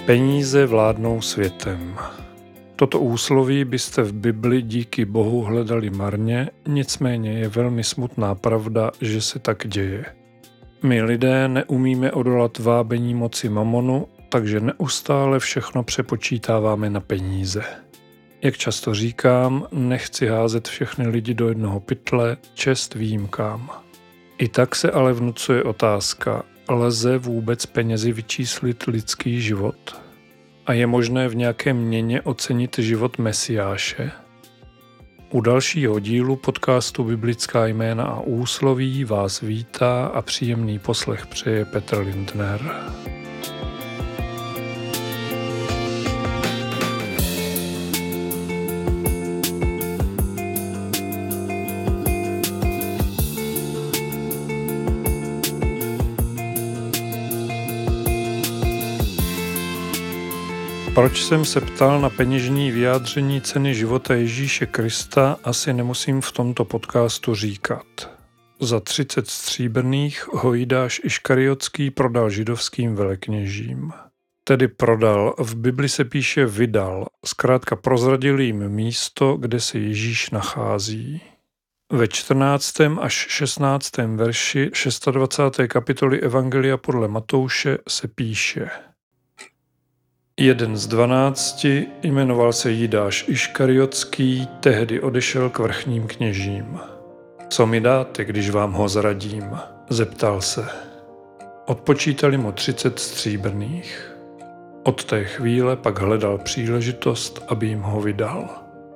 Peníze vládnou světem. Toto úsloví byste v Bibli díky Bohu hledali marně, nicméně je velmi smutná pravda, že se tak děje. My lidé neumíme odolat vábení moci mamonu, takže neustále všechno přepočítáváme na peníze. Jak často říkám, nechci házet všechny lidi do jednoho pytle, čest výjimkám. I tak se ale vnucuje otázka, lze vůbec penězi vyčíslit lidský život? A je možné v nějaké měně ocenit život Mesiáše? U dalšího dílu podcastu Biblická jména a úsloví vás vítá a příjemný poslech přeje Petr Lindner. Proč jsem se ptal na peněžní vyjádření ceny života Ježíše Krista, asi nemusím v tomto podcastu říkat. Za 30 stříbrných ho Jidáš Iškariotský prodal židovským velekněžím. Tedy prodal, v Bibli se píše vydal, zkrátka prozradil jim místo, kde se Ježíš nachází. Ve 14. až 16. verši 26. kapitoly Evangelia podle Matouše se píše: Jeden z 12, jmenoval se Jidáš Iškariotský, tehdy odešel k vrchním kněžím. Co mi dáte, když vám ho zradím? Zeptal se. Odpočítali mu 30 stříbrných. Od té chvíle pak hledal příležitost, aby jim ho vydal.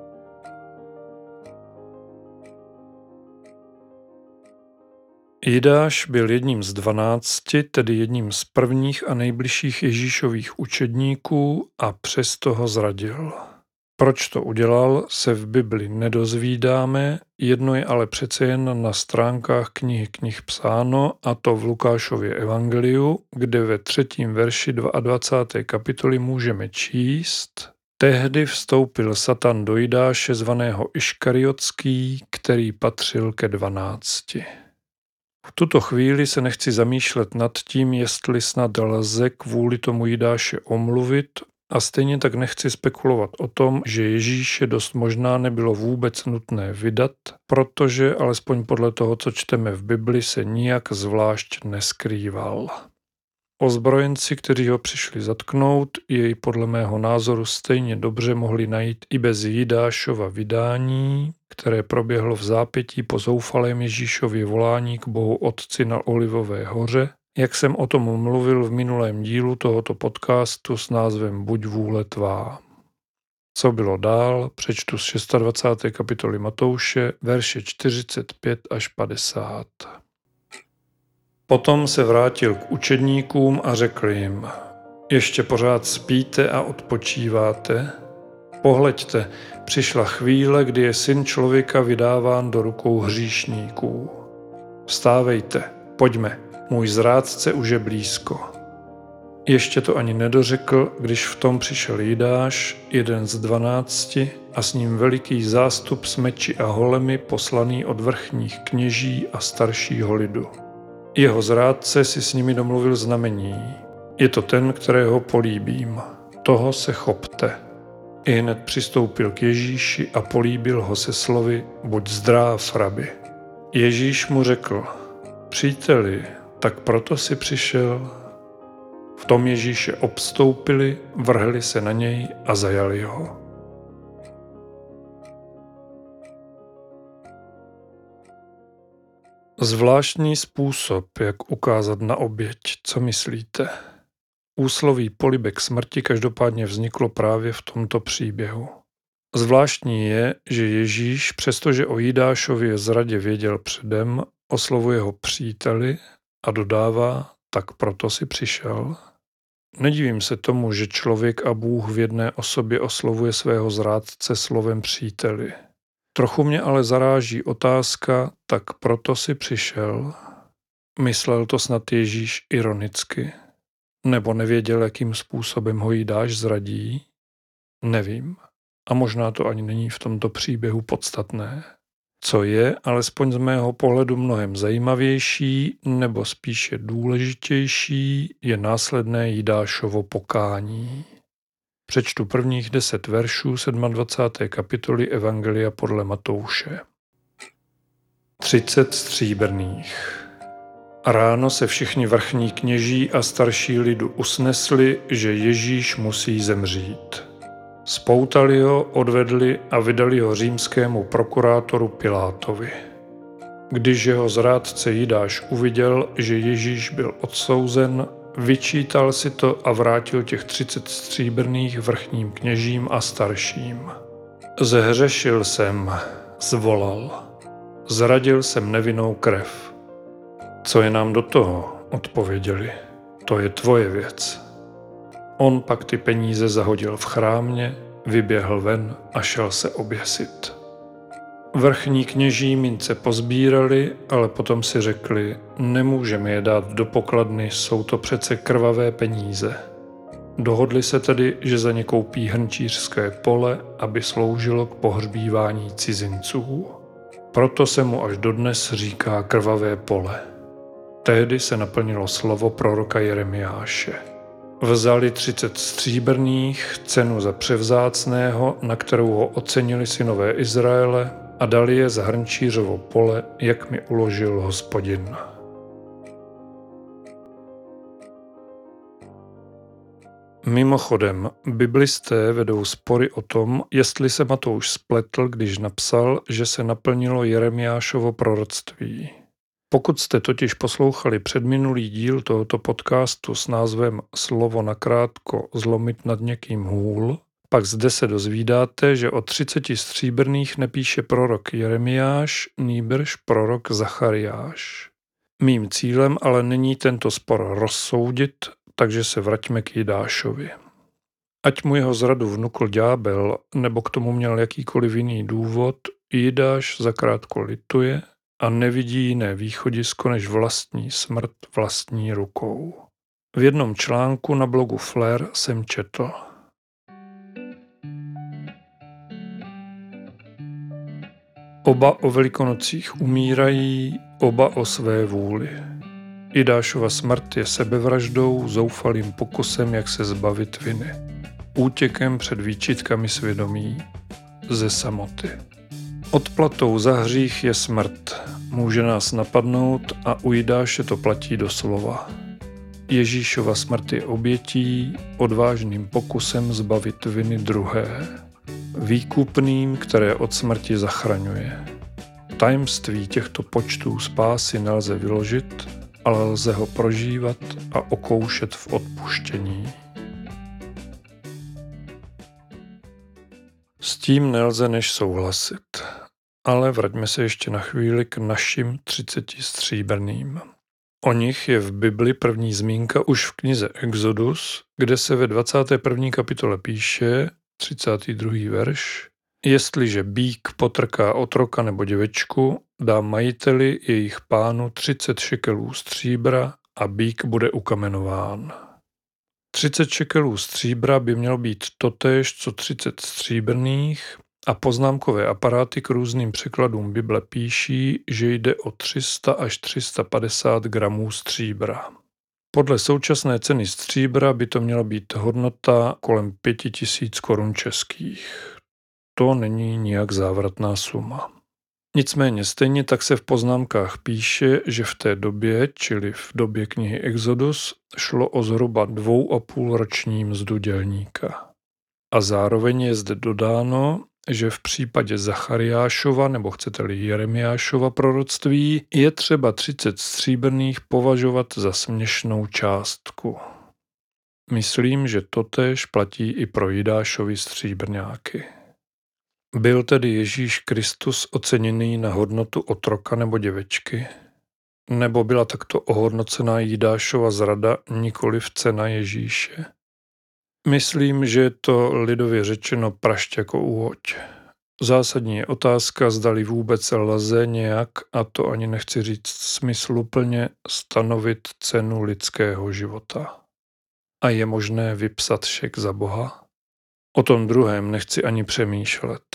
Jidáš byl jedním z 12, tedy jedním z prvních a nejbližších Ježíšových učedníků a přesto ho zradil. Proč to udělal, se v Bibli nedozvídáme, jedno je ale přece jen na stránkách knih psáno, a to v Lukášově evangeliu, kde ve 3. verši 22. kapitoly můžeme číst: Tehdy vstoupil Satan do Jidáše zvaného Iškariotský, který patřil ke 12. V tuto chvíli se nechci zamýšlet nad tím, jestli snad lze kvůli tomu Jidáše omluvit, a stejně tak nechci spekulovat o tom, že Ježíše dost možná nebylo vůbec nutné vydat, protože alespoň podle toho, co čteme v Bibli, se nijak zvlášť neskrýval. Ozbrojenci, kteří ho přišli zatknout, jej podle mého názoru stejně dobře mohli najít i bez Jidášova vydání, které proběhlo v zápětí po zoufalém Ježíšově volání k Bohu Otci na Olivové hoře, jak jsem o tom mluvil v minulém dílu tohoto podcastu s názvem Buď vůle tvá. Co bylo dál, přečtu z 26. kapitoly Matouše, verše 45 až 50. Potom se vrátil k učedníkům a řekl jim: Ještě pořád spíte a odpočíváte? Pohleďte, přišla chvíle, kdy je Syn člověka vydáván do rukou hříšníků. Vstávejte, pojďme, můj zrádce už je blízko. Ještě to ani nedořekl, když v tom přišel Jidáš, jeden z 12, a s ním veliký zástup s meči a holemi poslaný od vrchních kněží a staršího lidu. Jeho zrádce si s nimi domluvil znamení. Je to ten, kterého políbím. Toho se chopte. Ihned přistoupil k Ježíši a políbil ho se slovy: Buď zdráv, rabi. Ježíš mu řekl: Příteli, tak proto si přišel? V tom Ježíše obstoupili, vrhli se na něj a zajali ho. Zvláštní způsob, jak ukázat na oběť, co myslíte? Úsloví polibek smrti každopádně vzniklo právě v tomto příběhu. Zvláštní je, že Ježíš, přestože o Jidášově zradě věděl předem, oslovuje ho příteli a dodává: tak proto si přišel. Nedivím se tomu, že člověk a Bůh v jedné osobě oslovuje svého zrádce slovem příteli. Trochu mě ale zaráží otázka: tak proto si přišel? Myslel to snad Ježíš ironicky? Nebo nevěděl, jakým způsobem ho Jidáš zradí? Nevím. A možná to ani není v tomto příběhu podstatné. Co je, alespoň z mého pohledu mnohem zajímavější, nebo spíše důležitější, je následné Jidášovo pokání. Přečtu prvních 10 veršů 27. kapitoly Evangelia podle Matouše. 30 stříbrných. Ráno se všichni vrchní kněží a starší lidu usnesli, že Ježíš musí zemřít. Spoutali ho, odvedli a vydali ho římskému prokurátoru Pilátovi. Když jeho zrádce Jidáš uviděl, že Ježíš byl odsouzen, vyčítal si to a vrátil těch 30 stříbrných vrchním kněžím a starším. Zhřešil jsem, zvolal. Zradil jsem nevinnou krev. Co je nám do toho, odpověděli. To je tvoje věc. On pak ty peníze zahodil v chrámě, vyběhl ven a šel se oběsit. Vrchní kněží mince pozbírali, ale potom si řekli, nemůžeme je dát do pokladny, jsou to přece krvavé peníze. Dohodli se tedy, že za ně koupí hrnčířské pole, aby sloužilo k pohřbívání cizinců. Proto se mu až dodnes říká krvavé pole. Tehdy se naplnilo slovo proroka Jeremiáše. Vzali 30 stříbrných, cenu za převzácného, na kterou ho ocenili synové Izraele, a dali je za hrnčířovo pole, jak mi uložil Hospodin. Mimochodem, biblisté vedou spory o tom, jestli se Matouš spletl, když napsal, že se naplnilo Jeremiášovo proroctví. Pokud jste totiž poslouchali předminulý díl tohoto podcastu s názvem Slovo nakrátko zlomit nad někým hůl, pak zde se dozvídáte, že o 30 stříbrných nepíše prorok Jeremiáš, nýbrž prorok Zachariáš. Mým cílem ale není tento spor rozsoudit, takže se vraťme k Jidášovi. Ať mu jeho zradu vnukl ďábel, nebo k tomu měl jakýkoliv jiný důvod, Jidáš zakrátko lituje a nevidí jiné východisko než vlastní smrt vlastní rukou. V jednom článku na blogu Flair jsem četl. Oba o Velikonocích umírají, oba o své vůli. Jidášova smrt je sebevraždou, zoufalým pokusem, jak se zbavit viny. Útěkem před výčitkami svědomí, ze samoty. Odplatou za hřích je smrt. Může nás napadnout a u Jidáše to platí doslova. Ježíšova smrt je obětí, odvážným pokusem zbavit viny druhé. Výkupným, které od smrti zachraňuje. Tajemství těchto počtů spásy nelze vyložit, ale lze ho prožívat a okoušet v odpuštění. S tím nelze než souhlasit, ale vraťme se ještě na chvíli k našim 30 stříbrným. O nich je v Bibli první zmínka už v knize Exodus, kde se ve 21. kapitole píše, 32. verš, jestliže býk potrká otroka nebo děvečku, dá majiteli jejich pánu 30 šekelů stříbra a býk bude ukamenován. 30 šekelů stříbra by mělo být totéž co 30 stříbrných a poznámkové aparáty k různým překladům Bible píší, že jde o 300 až 350 gramů stříbra. Podle současné ceny stříbra by to měla být hodnota kolem 5000 korun českých. To není nijak závratná suma. Nicméně stejně tak se v poznámkách píše, že v té době, čili v době knihy Exodus, šlo o zhruba 2,5 roční mzdu dělníka. A zároveň je zde dodáno, že v případě Zachariášova, nebo chcete-li Jeremiášova proroctví, je třeba 30 stříbrných považovat za směšnou částku. Myslím, že totéž platí i pro Jidášovi stříbrňáky. Byl tedy Ježíš Kristus oceněný na hodnotu otroka nebo děvečky? Nebo byla takto ohodnocená Jidášova zrada, nikoliv cena Ježíše? Myslím, že je to lidově řečeno prašť jako úhoď. Zásadní je otázka, zdali vůbec lze nějak, a to ani nechci říct smysluplně, stanovit cenu lidského života. A je možné vypsat šek za Boha? O tom druhém nechci ani přemýšlet.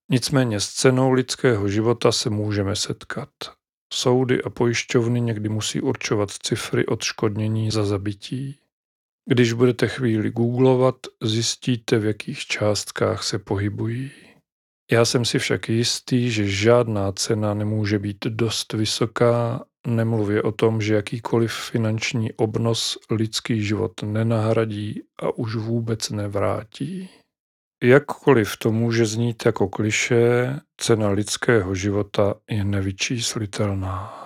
Nicméně s cenou lidského života se můžeme setkat. Soudy a pojišťovny někdy musí určovat cifry odškodnění za zabití. Když budete chvíli googlovat, zjistíte, v jakých částkách se pohybují. Já jsem si však jistý, že žádná cena nemůže být dost vysoká, nemluvě o tom, že jakýkoliv finanční obnos lidský život nenahradí a už vůbec nevrátí. Jakkoliv to může znít jako klišé, cena lidského života je nevyčíslitelná.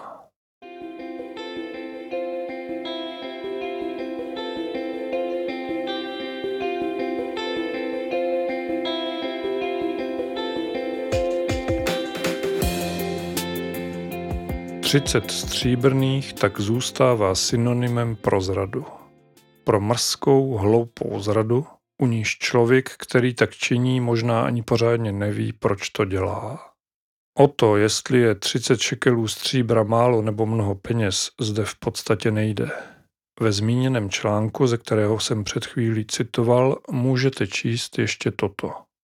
Třicet stříbrných tak zůstává synonymem pro zradu. Pro mrzkou, hloupou zradu, u níž člověk, který tak činí, možná ani pořádně neví, proč to dělá. O to, jestli je 30 šekelů stříbra málo nebo mnoho peněz, zde v podstatě nejde. Ve zmíněném článku, ze kterého jsem před chvílí citoval, můžete číst ještě toto.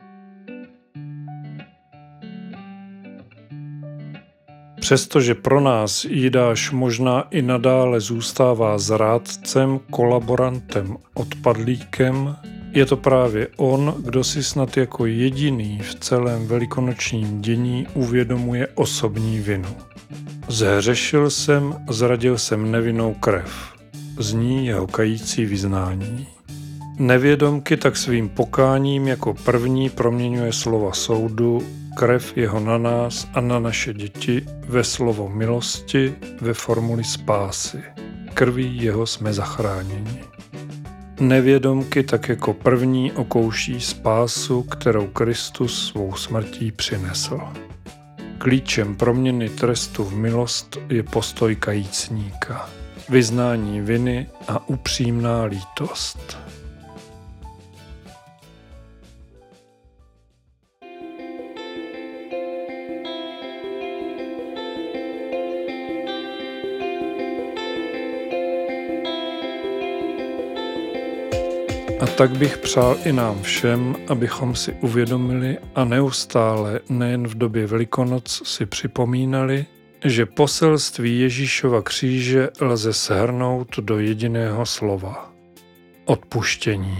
Přestože pro nás Jidáš možná i nadále zůstává zrádcem, kolaborantem, odpadlíkem, je to právě on, kdo si snad jako jediný v celém velikonočním dění uvědomuje osobní vinu. Zhřešil jsem, zradil jsem nevinnou krev. Zní jeho kající vyznání. Nevědomky tak svým pokáním jako první proměňuje slova soudu, krev jeho na nás a na naše děti ve slovo milosti, ve formuli spásy. Krví jeho jsme zachráněni. Nevědomky tak jako první okouší spásu, kterou Kristus svou smrtí přinesl. Klíčem proměny trestu v milost je postoj kajícníka, vyznání viny a upřímná lítost. A tak bych přál i nám všem, abychom si uvědomili a neustále, nejen v době Velikonoc, si připomínali, že poselství Ježíšova kříže lze shrnout do jediného slova. Odpuštění.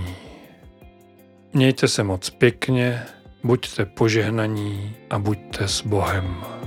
Mějte se moc pěkně, buďte požehnaní a buďte s Bohem.